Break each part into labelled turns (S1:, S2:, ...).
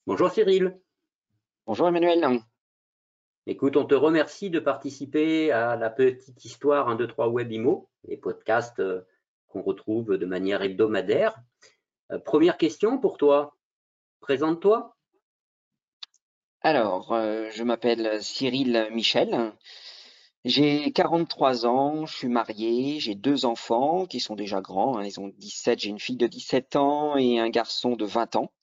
S1: Bonjour Cyril.
S2: Bonjour Emmanuel.
S1: Écoute, on te remercie de participer à la petite histoire 1, 2, 3 Web Immo, les podcasts qu'on retrouve de manière hebdomadaire. Première question pour toi. Présente-toi.
S2: Je m'appelle Cyril Michel. J'ai 43 ans, je suis marié, j'ai deux enfants qui sont déjà grands, hein, ils ont 17, j'ai une fille de 17 ans et un garçon de 20 ans.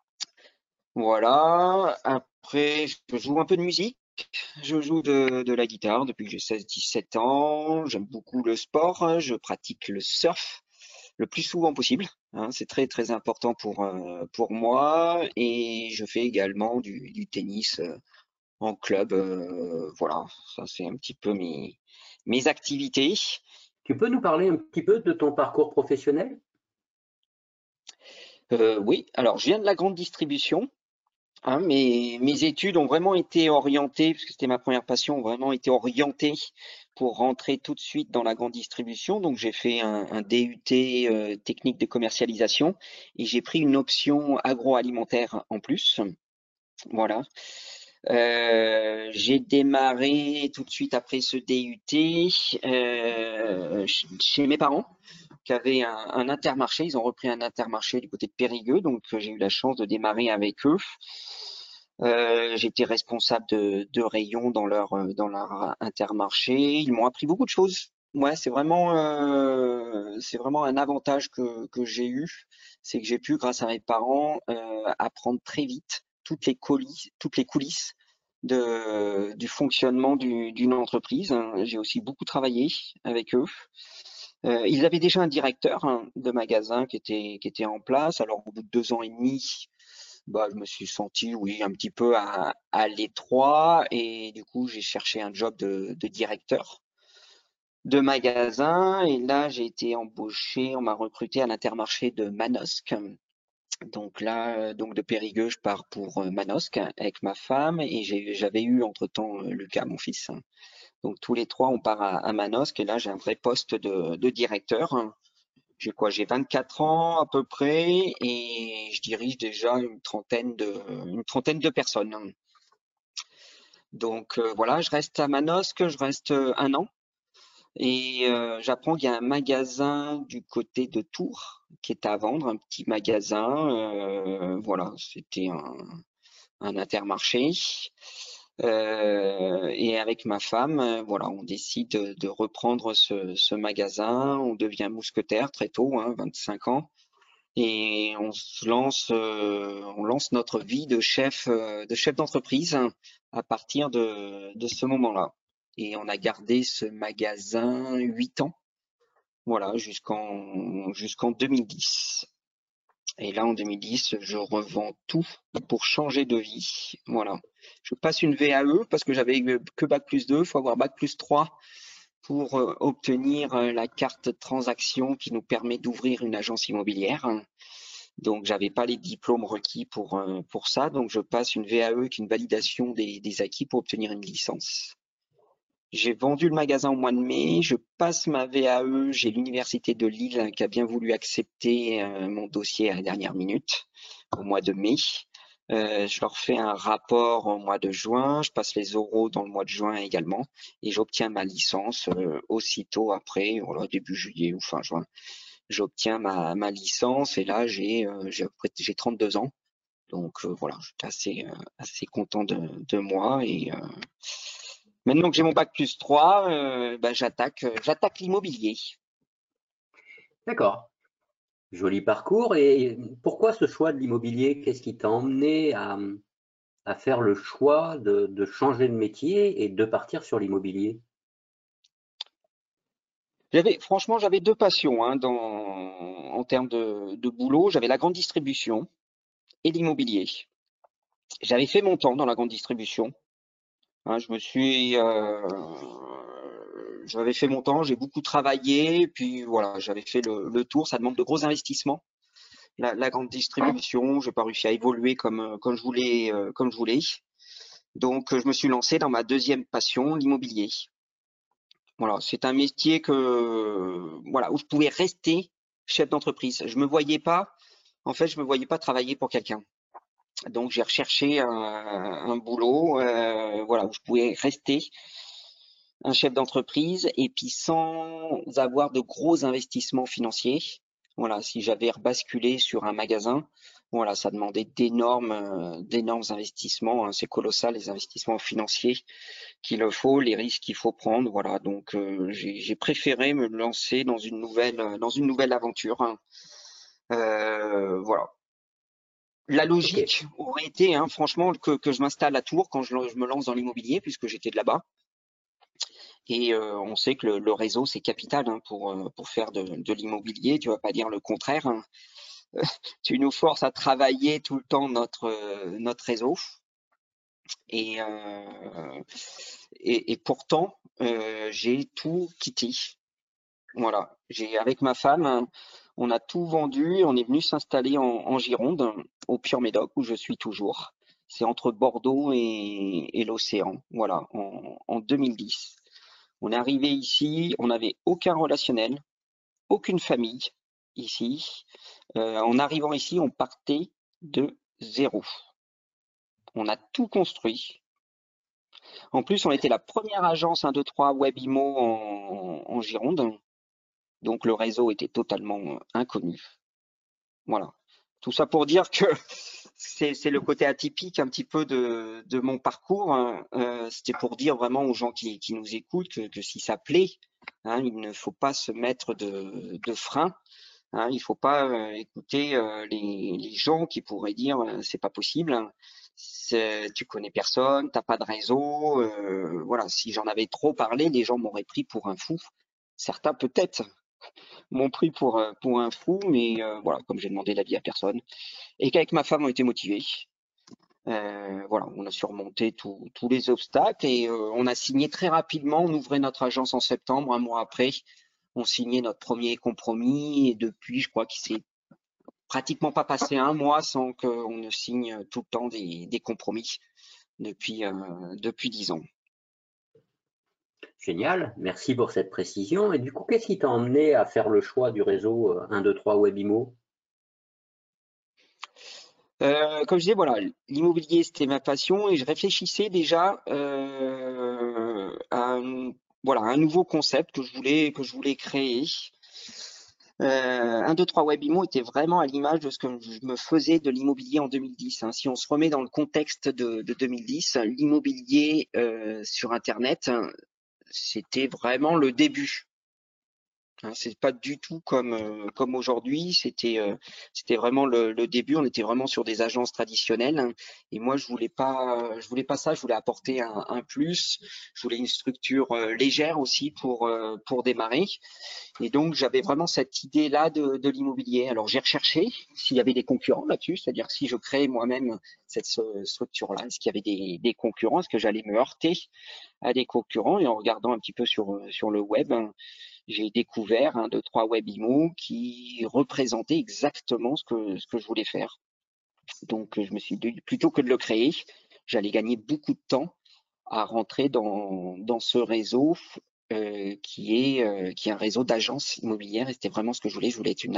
S2: Voilà. Après, je joue un peu de musique. Je joue de la guitare depuis que j'ai 16-17 ans. J'aime beaucoup le sport. Je pratique le surf le plus souvent possible, hein. C'est très très important pour moi. Et je fais également du tennis en club. Voilà, ça c'est un petit peu mes activités.
S1: Tu peux nous parler un petit peu de ton parcours professionnel?
S2: Oui, alors je viens de la grande distribution. Hein, mes études ont vraiment été orientées, parce que c'était ma première passion, ont vraiment été orientées pour rentrer tout de suite dans la grande distribution. Donc j'ai fait un DUT technique de commercialisation et j'ai pris une option agroalimentaire en plus. Voilà. J'ai démarré tout de suite après ce DUT chez mes parents qui avaient un Intermarché. Ils ont repris un Intermarché du côté de Périgueux, donc j'ai eu la chance de démarrer avec eux. J'étais responsable de rayon dans leur Intermarché. Ils m'ont appris beaucoup de choses. Ouais, c'est vraiment un avantage que j'ai eu, c'est que j'ai pu, grâce à mes parents, apprendre très vite toutes les coulisses du fonctionnement d'une entreprise. J'ai aussi beaucoup travaillé avec eux. Ils avaient déjà un directeur, hein, de magasin qui était en place. Alors au bout de 2 ans et demi, bah, je me suis senti, oui, un petit peu à l'étroit et du coup, j'ai cherché un job de directeur de magasin et là, j'ai été embauché, on m'a recruté à l'Intermarché de Manosque. Donc là, donc de Périgueux, je pars pour Manosque avec ma femme et j'avais eu entre-temps Lucas, mon fils. Donc tous les trois, on part à Manosque et là, j'ai un vrai poste de directeur. J'ai quoi? J'ai 24 ans à peu près et je dirige déjà une trentaine de personnes. Donc voilà, je reste à Manosque, je reste un an et j'apprends qu'il y a un magasin du côté de Tours qui est à vendre, un petit magasin. Voilà, c'était un Intermarché. Et avec ma femme, voilà, on décide de reprendre ce magasin. On devient mousquetaire très tôt, hein, 25 ans. Et on lance notre vie de chef d'entreprise à partir de ce moment-là. Et on a gardé ce magasin 8 ans, voilà, jusqu'en 2010. Et là, en 2010, je revends tout pour changer de vie. Voilà. Je passe une VAE parce que j'avais que bac+2, faut avoir bac+3 pour obtenir la carte transaction qui nous permet d'ouvrir une agence immobilière. Donc, j'avais pas les diplômes requis pour ça. Donc, je passe une VAE qui est une validation des acquis pour obtenir une licence. J'ai vendu le magasin au mois de mai. Je passe ma VAE. J'ai l'université de Lille qui a bien voulu accepter mon dossier à la dernière minute au mois de mai. Je leur fais un rapport au mois de juin. Je passe les oraux dans le mois de juin également. Et j'obtiens ma licence aussitôt après, voilà, début juillet ou fin juin. J'obtiens ma licence et là, j'ai 32 ans. Donc voilà, j'étais assez content de moi. Et maintenant que j'ai mon bac+3, bah, j'attaque l'immobilier.
S1: D'accord. Joli parcours. Et pourquoi ce choix de l'immobilier? Qu'est-ce qui t'a emmené à faire le choix de changer de métier et de partir sur l'immobilier?
S2: Franchement, j'avais deux passions, hein, en termes de boulot. J'avais la grande distribution et l'immobilier. J'avais fait mon temps dans la grande distribution. Hein, j'avais fait mon temps, j'ai beaucoup travaillé, et puis voilà, j'avais fait le tour. Ça demande de gros investissements. La grande distribution, j'ai pas réussi à évoluer comme je voulais. Donc, je me suis lancé dans ma deuxième passion, l'immobilier. Voilà, c'est un métier voilà, où je pouvais rester chef d'entreprise. Je me voyais pas travailler pour quelqu'un. Donc j'ai recherché un boulot, voilà, où je pouvais rester un chef d'entreprise et puis sans avoir de gros investissements financiers. Voilà, si j'avais rebasculé sur un magasin, voilà, ça demandait d'énormes investissements, hein. C'est colossal les investissements financiers qu'il faut, les risques qu'il faut prendre. Voilà, donc j'ai préféré me lancer dans une nouvelle aventure, hein. Voilà. La
S1: Ok,
S2: logique aurait été, hein, franchement, que je m'installe à Tours quand je me lance dans l'immobilier, puisque j'étais de là-bas. Et on sait que le réseau, c'est capital, hein, pour faire de l'immobilier. Tu vas pas dire le contraire, hein. Tu nous forces à travailler tout le temps notre réseau. Et, et pourtant, j'ai tout quitté. Voilà. Avec ma femme, hein, on a tout vendu. On est venu s'installer en Gironde, au Pure-Médoc, où je suis toujours. C'est entre Bordeaux et l'océan. Voilà, en 2010. On est arrivé ici, on n'avait aucun relationnel, aucune famille ici. En arrivant ici, on partait de zéro. On a tout construit. En plus, on était la première agence 1, 2, 3 Webimo en Gironde. Donc le réseau était totalement inconnu. Voilà. Tout ça pour dire que c'est le côté atypique un petit peu de mon parcours, hein. C'était pour dire vraiment aux gens qui nous écoutent que si ça plaît, hein, il ne faut pas se mettre de frein, hein. Il faut pas écouter les gens qui pourraient dire c'est pas possible, hein. Tu connais personne, t'as pas de réseau. Voilà, si j'en avais trop parlé, les gens m'auraient pris pour un fou. Certains peut-être m'ont pris pour un fou, mais voilà, comme j'ai demandé l'avis à personne, et qu'avec ma femme on était motivés. Voilà, on a surmonté tous les obstacles et on a signé très rapidement. On ouvrait notre agence en septembre, un mois après, on signait notre premier compromis et depuis, je crois qu'il s'est pratiquement pas passé un mois sans qu'on ne signe tout le temps des compromis depuis 10 ans.
S1: génial. Merci pour cette précision. Et du coup, qu'est-ce qui t'a emmené à faire le choix du réseau 1, 2, 3 Webimo?
S2: Comme je disais, voilà, l'immobilier c'était ma passion et je réfléchissais déjà voilà, un nouveau concept que je voulais créer. 1, 2, 3 Webimo était vraiment à l'image de ce que je me faisais de l'immobilier en 2010, hein. Si on se remet dans le contexte de 2010, l'immobilier sur Internet, hein, c'était vraiment le début. Hein, c'est pas du tout comme aujourd'hui. C'était vraiment le début. On était vraiment sur des agences traditionnelles, hein. Et moi, je voulais pas ça. Je voulais apporter un plus. Je voulais une structure légère aussi pour démarrer. Et donc, j'avais vraiment cette idée-là de l'immobilier. Alors, j'ai recherché s'il y avait des concurrents là-dessus, c'est-à-dire si je créais moi-même cette structure-là, est-ce qu'il y avait des concurrents, est-ce que j'allais me heurter à des concurrents? Et en regardant un petit peu sur le web, hein, j'ai découvert 1, 2, 3 Webimo qui représentaient exactement ce que je voulais faire. Donc, je me suis dit, plutôt que de le créer, j'allais gagner beaucoup de temps à rentrer dans ce réseau qui est un réseau d'agences immobilières. Et c'était vraiment ce que je voulais. Je voulais être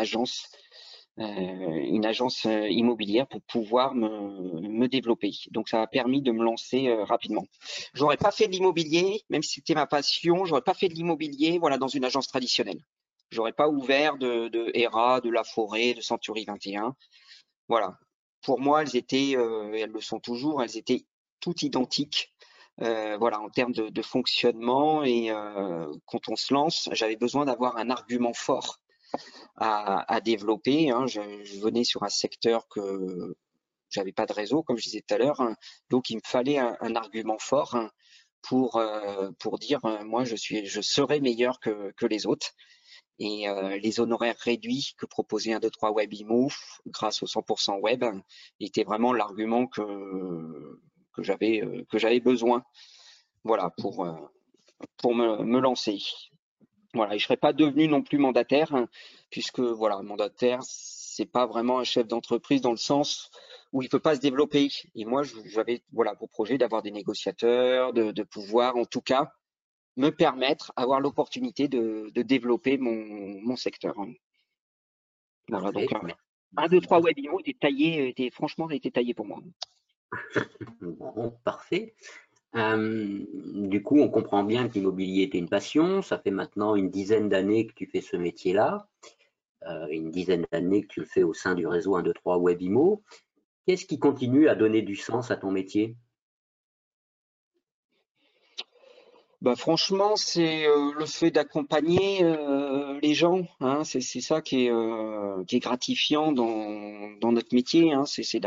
S2: une agence immobilière pour pouvoir me développer. Donc ça a permis de me lancer rapidement. J'aurais pas fait de l'immobilier, même si c'était ma passion, j'aurais pas fait de l'immobilier, voilà, dans une agence traditionnelle. J'aurais pas ouvert de ERA, de La Forêt, de Century 21. Voilà. Pour moi, et elles le sont toujours, elles étaient toutes identiques. Voilà, en termes de fonctionnement et quand on se lance, j'avais besoin d'avoir un argument fort à développer, hein. Je venais sur un secteur que j'avais pas de réseau, comme je disais tout à l'heure, hein. Donc il me fallait un argument fort, hein, pour dire moi je serai meilleur que les autres. Et les honoraires réduits que proposait 1, 2, 3 Webimo grâce au 100% web était vraiment l'argument que j'avais besoin, voilà, pour me lancer. Voilà, et je serais pas devenu non plus mandataire, hein, puisque voilà, mandataire, c'est pas vraiment un chef d'entreprise dans le sens où il peut pas se développer. Et moi, j'avais voilà pour projet d'avoir des négociateurs, de pouvoir en tout cas me permettre, avoir l'opportunité de développer mon secteur, hein. Voilà, donc
S1: Parfait.
S2: 1, 2, 3 webinars étaient taillés, franchement, étaient taillés pour moi.
S1: Bon, parfait. Du coup, on comprend bien que l'immobilier était une passion. Ça fait maintenant une dizaine d'années que tu fais ce métier-là, une dizaine d'années que tu le fais au sein du réseau 1, 2, 3 Webimo. Qu'est-ce qui continue à donner du sens à ton métier?
S2: Bah, franchement, c'est le fait d'accompagner les gens, hein, c'est ça qui est gratifiant dans notre métier, hein, c'est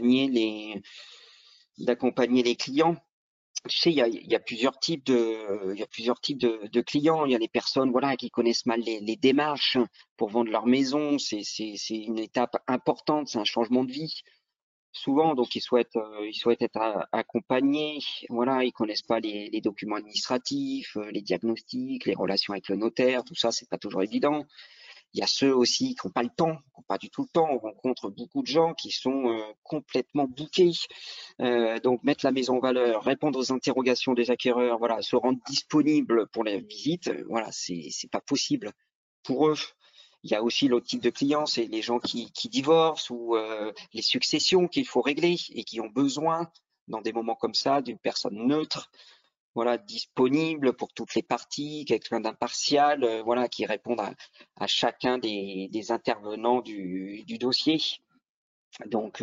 S2: d'accompagner les clients. Tu sais, il y a plusieurs types il y a plusieurs types de clients. Il y a les personnes, voilà, qui connaissent mal les démarches pour vendre leur maison. C'est une étape importante, c'est un changement de vie. Souvent, donc ils souhaitent être accompagnés. Voilà, ils connaissent pas les documents administratifs, les diagnostics, les relations avec le notaire, tout ça, c'est pas toujours évident. Il y a ceux aussi qui n'ont pas le temps, qui n'ont pas du tout le temps. On rencontre beaucoup de gens qui sont complètement bookés. Donc mettre la maison en valeur, répondre aux interrogations des acquéreurs, voilà, se rendre disponible pour les visites, voilà, c'est pas possible pour eux. Il y a aussi l'autre type de clients, c'est les gens qui divorcent ou les successions qu'il faut régler et qui ont besoin, dans des moments comme ça, d'une personne neutre, voilà, disponible pour toutes les parties, quelqu'un d'impartial, voilà, qui réponde à chacun des intervenants du dossier. Donc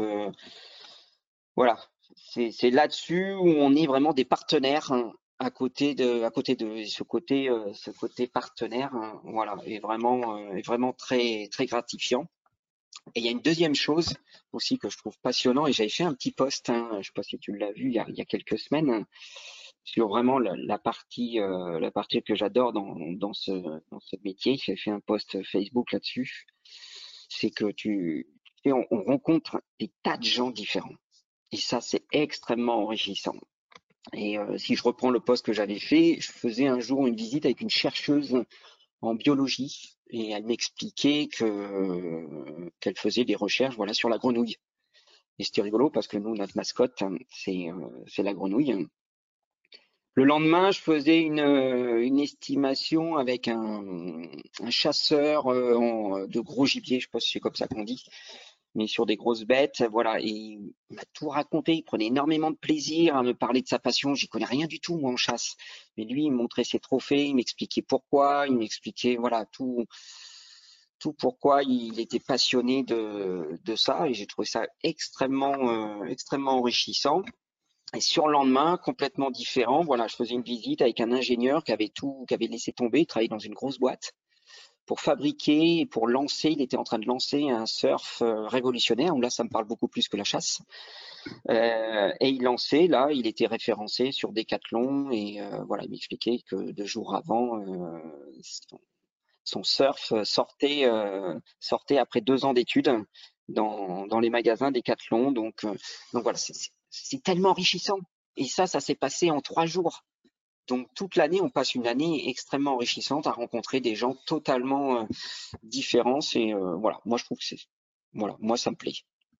S2: voilà, c'est là-dessus où on est vraiment des partenaires, hein, à côté de ce côté partenaire, hein, voilà, est vraiment très gratifiant. Et il y a une deuxième chose aussi que je trouve passionnant, et j'avais fait un petit post, hein, je sais pas si tu l'as vu il y a quelques semaines, hein, sur vraiment la partie que j'adore dans ce métier. J'ai fait un post Facebook là-dessus. C'est que tu sais, on rencontre des tas de gens différents. Et ça, c'est extrêmement enrichissant. Et si je reprends le poste que j'avais fait, je faisais un jour une visite avec une chercheuse en biologie et elle m'expliquait qu'elle faisait des recherches, voilà, sur la grenouille. Et c'était rigolo parce que nous, notre mascotte, hein, c'est la grenouille. Le lendemain, je faisais une estimation avec un chasseur de gros gibier, je sais pas si c'est comme ça qu'on dit, mais sur des grosses bêtes, voilà. Et il m'a tout raconté. Il prenait énormément de plaisir à me parler de sa passion. J'y connais rien du tout, moi, en chasse. Mais lui, il me montrait ses trophées, il m'expliquait pourquoi, il m'expliquait, voilà, tout pourquoi il était passionné de ça. Et j'ai trouvé ça extrêmement enrichissant. Et sur le lendemain, complètement différent, voilà, je faisais une visite avec un ingénieur qui avait laissé tomber, il travaillait dans une grosse boîte pour fabriquer, pour lancer, il était en train de lancer un surf révolutionnaire, où là ça me parle beaucoup plus que la chasse. Et il lançait, là, il était référencé sur Decathlon et voilà, il m'expliquait que 2 jours avant, son surf sortait après 2 ans d'études dans les magasins Decathlon. Donc voilà, c'est tellement enrichissant. Et ça s'est passé en 3 jours. Donc toute l'année, on passe une année extrêmement enrichissante à rencontrer des gens totalement différents. Et voilà, moi je trouve que voilà, moi ça me plaît.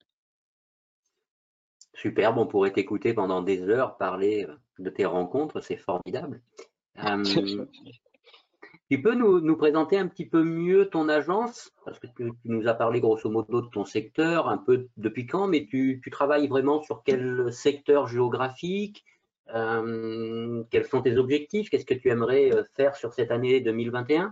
S1: Superbe, on pourrait t'écouter pendant des heures parler de tes rencontres, c'est formidable. Euh, Tu peux nous présenter un petit peu mieux ton agence? Parce que tu nous as parlé grosso modo de ton secteur, un peu depuis quand, mais tu travailles vraiment sur quel secteur géographique? Quels sont tes objectifs? Qu'est-ce que tu aimerais faire sur cette année 2021?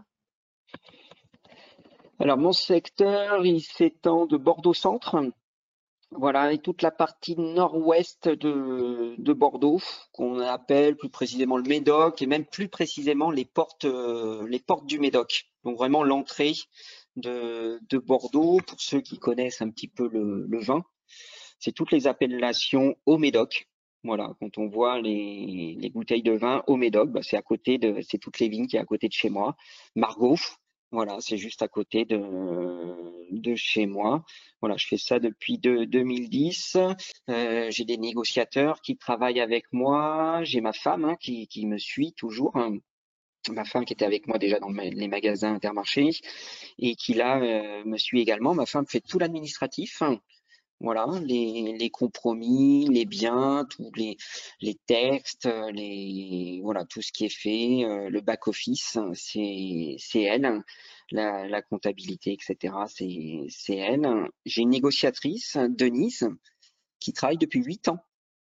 S2: Alors mon secteur, il s'étend de Bordeaux Centre, voilà, et toute la partie nord-ouest de Bordeaux, qu'on appelle plus précisément le Médoc, et même plus précisément les portes du Médoc. Donc vraiment l'entrée de Bordeaux, pour ceux qui connaissent un petit peu le vin, c'est toutes les appellations au Médoc. Voilà, quand on voit les bouteilles de vin au Médoc, bah, c'est toutes les vignes qui est à côté de chez moi. Margaux, voilà, c'est juste à côté de chez moi. Voilà, je fais ça depuis 2010. J'ai des négociateurs qui travaillent avec moi. J'ai ma femme, hein, qui me suit toujours, hein. Ma femme qui était avec moi déjà dans les magasins Intermarché et qui là me suit également. Ma femme fait tout l'administratif, hein. Voilà, les compromis, les biens, tous les textes, voilà, tout ce qui est fait, le back office, c'est elle, la comptabilité, etc. C'est elle. J'ai une négociatrice, Denise, qui travaille depuis 8 ans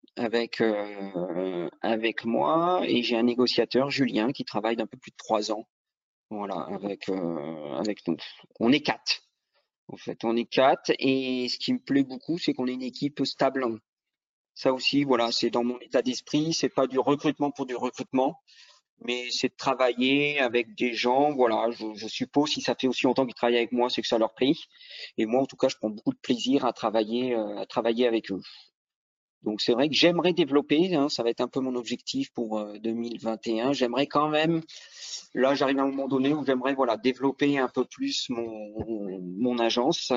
S2: avec moi, et j'ai un négociateur, Julien, qui travaille d'un peu plus de 3 ans. Voilà, avec nous. On est quatre. En fait, on est quatre, et ce qui me plaît beaucoup, c'est qu'on est une équipe stable. Ça aussi, voilà, c'est dans mon état d'esprit. C'est pas du recrutement pour du recrutement, mais c'est de travailler avec des gens. Voilà, je suppose si ça fait aussi longtemps qu'ils travaillent avec moi, c'est que ça leur plaît. Et moi, en tout cas, je prends beaucoup de plaisir à travailler avec eux. Donc c'est vrai que j'aimerais développer, hein, ça va être un peu mon objectif pour 2021. J'aimerais quand même, là, j'arrive à un moment donné où j'aimerais, voilà, développer un peu plus mon agence.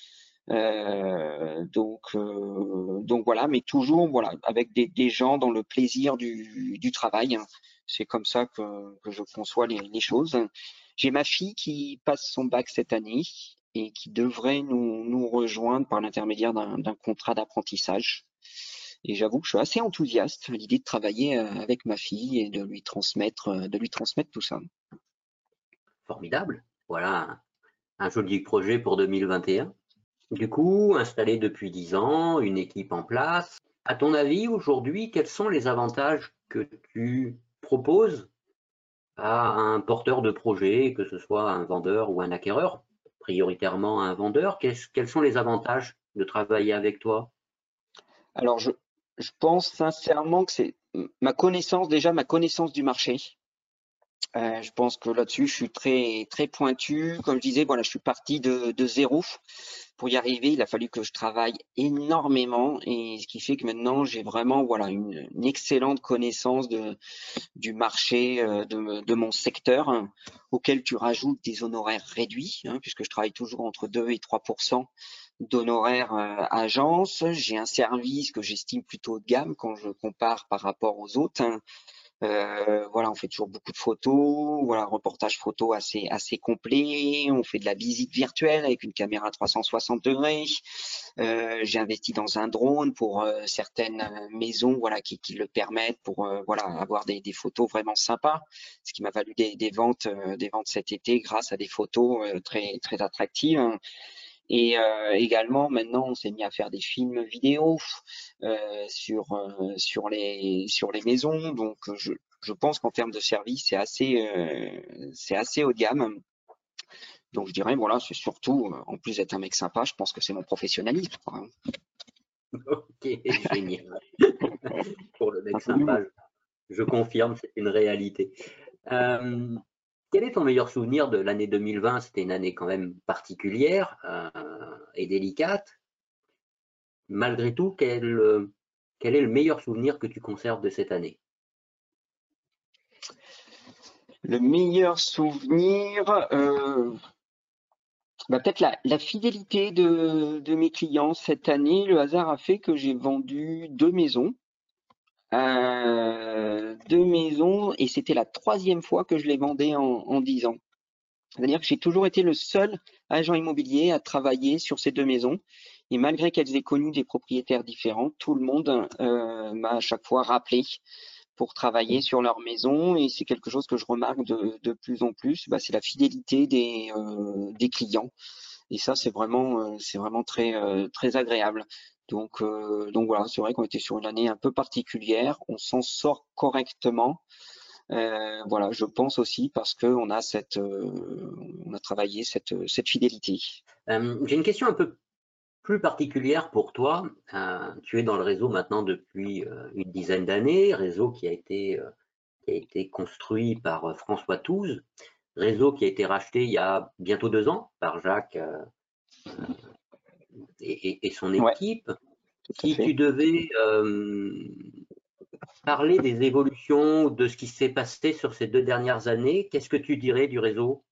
S2: Donc voilà, mais toujours voilà avec des gens dans le plaisir du travail. C'est comme ça que je conçois les choses. J'ai ma fille qui passe son bac cette année et qui devrait nous rejoindre par l'intermédiaire d'un contrat d'apprentissage. Et j'avoue que je suis assez enthousiaste à l'idée de travailler avec ma fille et de lui transmettre tout ça.
S1: Formidable. Voilà un joli projet pour 2021. Du coup, installé depuis 10 ans, une équipe en place. À ton avis, aujourd'hui, quels sont les avantages que tu proposes à un porteur de projet, que ce soit un vendeur ou un acquéreur, prioritairement un vendeur? Quels sont les avantages de travailler avec toi?
S2: Alors je pense sincèrement que c'est ma connaissance du marché. Je pense que là-dessus, je suis très très pointu. Comme je disais, voilà, je suis parti de zéro. Pour y arriver, il a fallu que je travaille énormément, et ce qui fait que maintenant, j'ai vraiment, voilà, une excellente connaissance du marché, de mon secteur, hein, auquel tu rajoutes des honoraires réduits, hein, puisque je travaille toujours entre 2 et 3% d'honoraires agence. J'ai un service que j'estime plutôt haut de gamme quand je compare par rapport aux autres, hein. Voilà, on fait toujours beaucoup de photos, voilà, reportage photo assez complet. On fait de la visite virtuelle avec une caméra 360 degrés. J'ai investi dans un drone pour certaines maisons, voilà, qui le permettent pour voilà, avoir des photos vraiment sympas. Ce qui m'a valu des ventes cet été grâce à des photos très très attractives. Et également, maintenant, on s'est mis à faire des films vidéo sur les maisons. Donc, je pense qu'en termes de service, c'est assez haut de gamme. Donc, je dirais, voilà, c'est surtout, en plus d'être un mec sympa, je pense que c'est mon professionnalisme, quoi, hein.
S1: Ok, génial. Pour le mec
S2: Absolument.
S1: sympa, je confirme, c'est une réalité. Euh, Quel est ton meilleur souvenir de l'année 2020? C'était une année quand même particulière et délicate. Malgré tout, quel est le meilleur souvenir que tu conserves de cette année?
S2: Le meilleur souvenir, peut-être la fidélité de mes clients cette année. Le hasard a fait que j'ai vendu deux maisons, et c'était la troisième fois que je les vendais en 10 ans. C'est-à-dire que j'ai toujours été le seul agent immobilier à travailler sur ces deux maisons. Et malgré qu'elles aient connu des propriétaires différents, tout le monde m'a à chaque fois rappelé pour travailler sur leur maison. Et c'est quelque chose que je remarque de plus en plus. C'est la fidélité des clients. Et ça, c'est vraiment très, très agréable. Donc voilà, c'est vrai qu'on était sur une année un peu particulière. On s'en sort correctement. Voilà, je pense aussi parce que on a travaillé cette fidélité.
S1: J'ai une question un peu plus particulière pour toi. Tu es dans le réseau maintenant depuis une dizaine d'années, réseau qui a été construit par François Touze, réseau qui a été racheté il y a bientôt 2 ans par Jacques et son
S2: Ouais,
S1: équipe.
S2: tout à
S1: Si
S2: fait.
S1: tu devais parler des évolutions, de ce qui s'est passé sur ces 2 dernières années, qu'est-ce que tu dirais du réseau?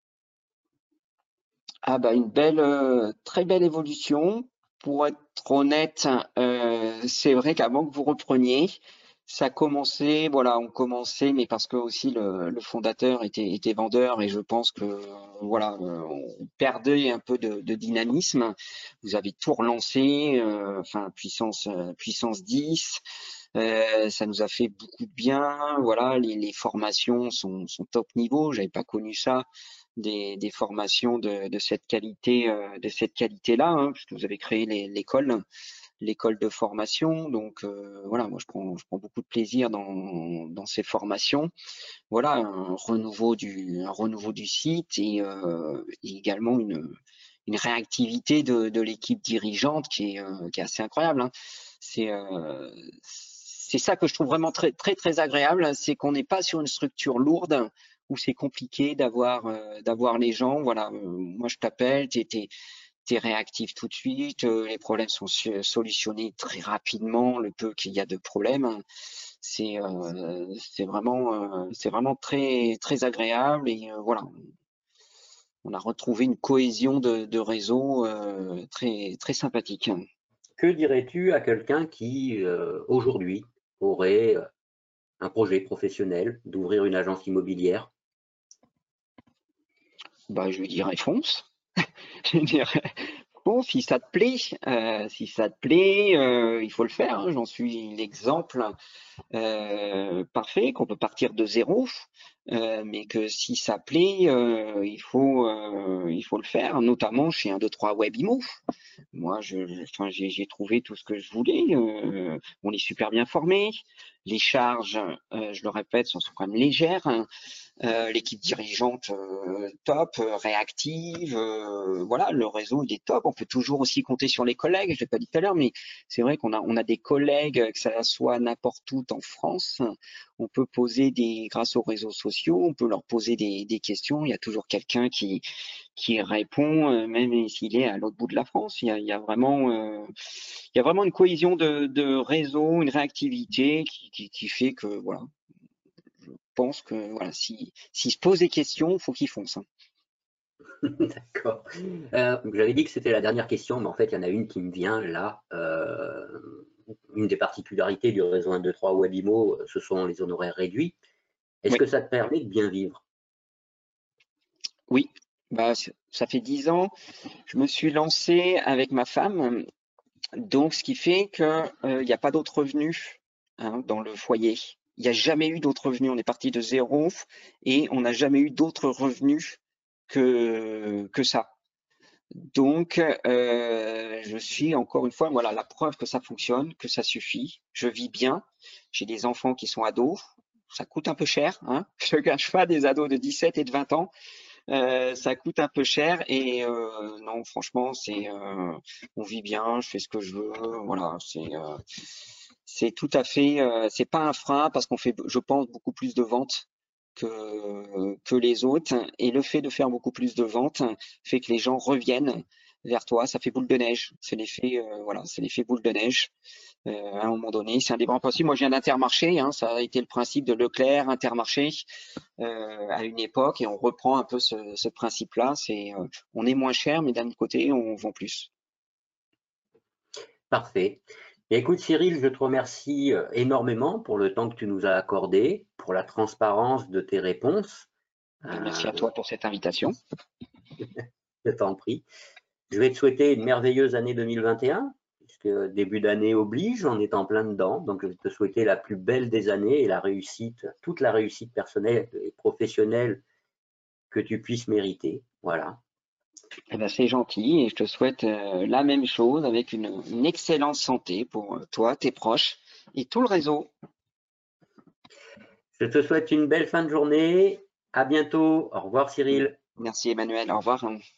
S2: Une très belle évolution. Pour être honnête, c'est vrai qu'avant que vous repreniez, Ça commençait, voilà, on commençait, mais parce que aussi le fondateur était vendeur et je pense que voilà, on perdait un peu de dynamisme. Vous avez tout relancé, enfin puissance 10. Ça nous a fait beaucoup de bien. Voilà, les formations sont top niveau. J'avais pas connu ça, des formations de cette qualité, de cette qualité-là, hein, puisque vous avez créé l'école de formation. Donc voilà, moi je prends beaucoup de plaisir dans ces formations. Voilà, un renouveau du site et également une réactivité de l'équipe dirigeante qui est assez incroyable, hein. C'est ça que je trouve vraiment très agréable, c'est qu'on n'est pas sur une structure lourde où c'est compliqué d'avoir les gens. Voilà, moi je t'appelle, t'es réactif tout de suite, les problèmes sont solutionnés très rapidement, le peu qu'il y a de problèmes. C'est vraiment très agréable et voilà, on a retrouvé une cohésion de réseau très sympathique.
S1: Que dirais-tu à quelqu'un qui, aujourd'hui, aurait un projet professionnel d'ouvrir une agence immobilière?
S2: Bah, je lui dirais fonce. Je lui dirais bon, si ça te plaît, il faut le faire, hein. J'en suis l'exemple parfait, qu'on peut partir de zéro, mais que si ça plaît, il faut le faire, notamment chez 1, 2, 3 Webimo. Moi, enfin, j'ai trouvé tout ce que je voulais. On est super bien formé. Les charges, je le répète, sont quand même légères, hein. L'équipe dirigeante top, réactive, voilà, le réseau il est top. On peut toujours aussi compter sur les collègues, je l'ai pas dit tout à l'heure, mais c'est vrai on a des collègues, que ça soit n'importe où en France, on peut poser grâce aux réseaux sociaux, on peut leur poser des questions. Il y a toujours quelqu'un qui répond, même s'il est à l'autre bout de la France. Il y a vraiment une cohésion de réseau, une réactivité qui fait que voilà, pense que voilà, s'ils se posent des questions, il faut qu'ils foncent, hein.
S1: D'accord. J'avais dit que c'était la dernière question, mais en fait, il y en a une qui me vient là. Une des particularités du réseau 1, 2, 3 Webimo, ce sont les honoraires réduits. Est-ce
S2: Oui,
S1: que ça te permet de bien vivre?
S2: oui. Bah, ça fait 10 ans. Je me suis lancé avec ma femme, donc ce qui fait que il n'y a pas d'autres revenus, hein, dans le foyer. Il n'y a jamais eu d'autres revenus. On est parti de zéro et on n'a jamais eu d'autres revenus que ça. Donc, je suis encore une fois, voilà, la preuve que ça fonctionne, que ça suffit. Je vis bien. J'ai des enfants qui sont ados. Ça coûte un peu cher, hein. Je ne cache pas, des ados de 17 et de 20 ans. Ça coûte un peu cher et non, franchement, on vit bien. Je fais ce que je veux. Voilà, c'est tout à fait, c'est pas un frein parce qu'on fait, je pense, beaucoup plus de ventes que les autres. Et le fait de faire beaucoup plus de ventes fait que les gens reviennent vers toi. Ça fait boule de neige. C'est l'effet, voilà, c'est l'effet boule de neige. À un moment donné, c'est un des grands principes. Moi, je viens d'Intermarché, hein, ça a été le principe de Leclerc, Intermarché, à une époque, et on reprend un peu ce principe-là. On est moins cher, mais d'un autre côté, on vend plus.
S1: Parfait. Et écoute, Cyril, je te remercie énormément pour le temps que tu nous as accordé, pour la transparence de tes réponses.
S2: Ben, merci à
S1: Euh,
S2: toi pour cette invitation.
S1: je t'en prie. Je vais te souhaiter une merveilleuse année 2021, puisque début d'année oblige, on est en plein dedans. Donc, je vais te souhaiter la plus belle des années et la réussite, toute la réussite personnelle et professionnelle que tu puisses mériter. Voilà.
S2: Eh ben, c'est gentil et je te souhaite la même chose avec une excellente santé pour toi, tes proches et tout le réseau.
S1: Je te souhaite une belle fin de journée. À bientôt. Au revoir, Cyril.
S2: Merci Emmanuel, au revoir.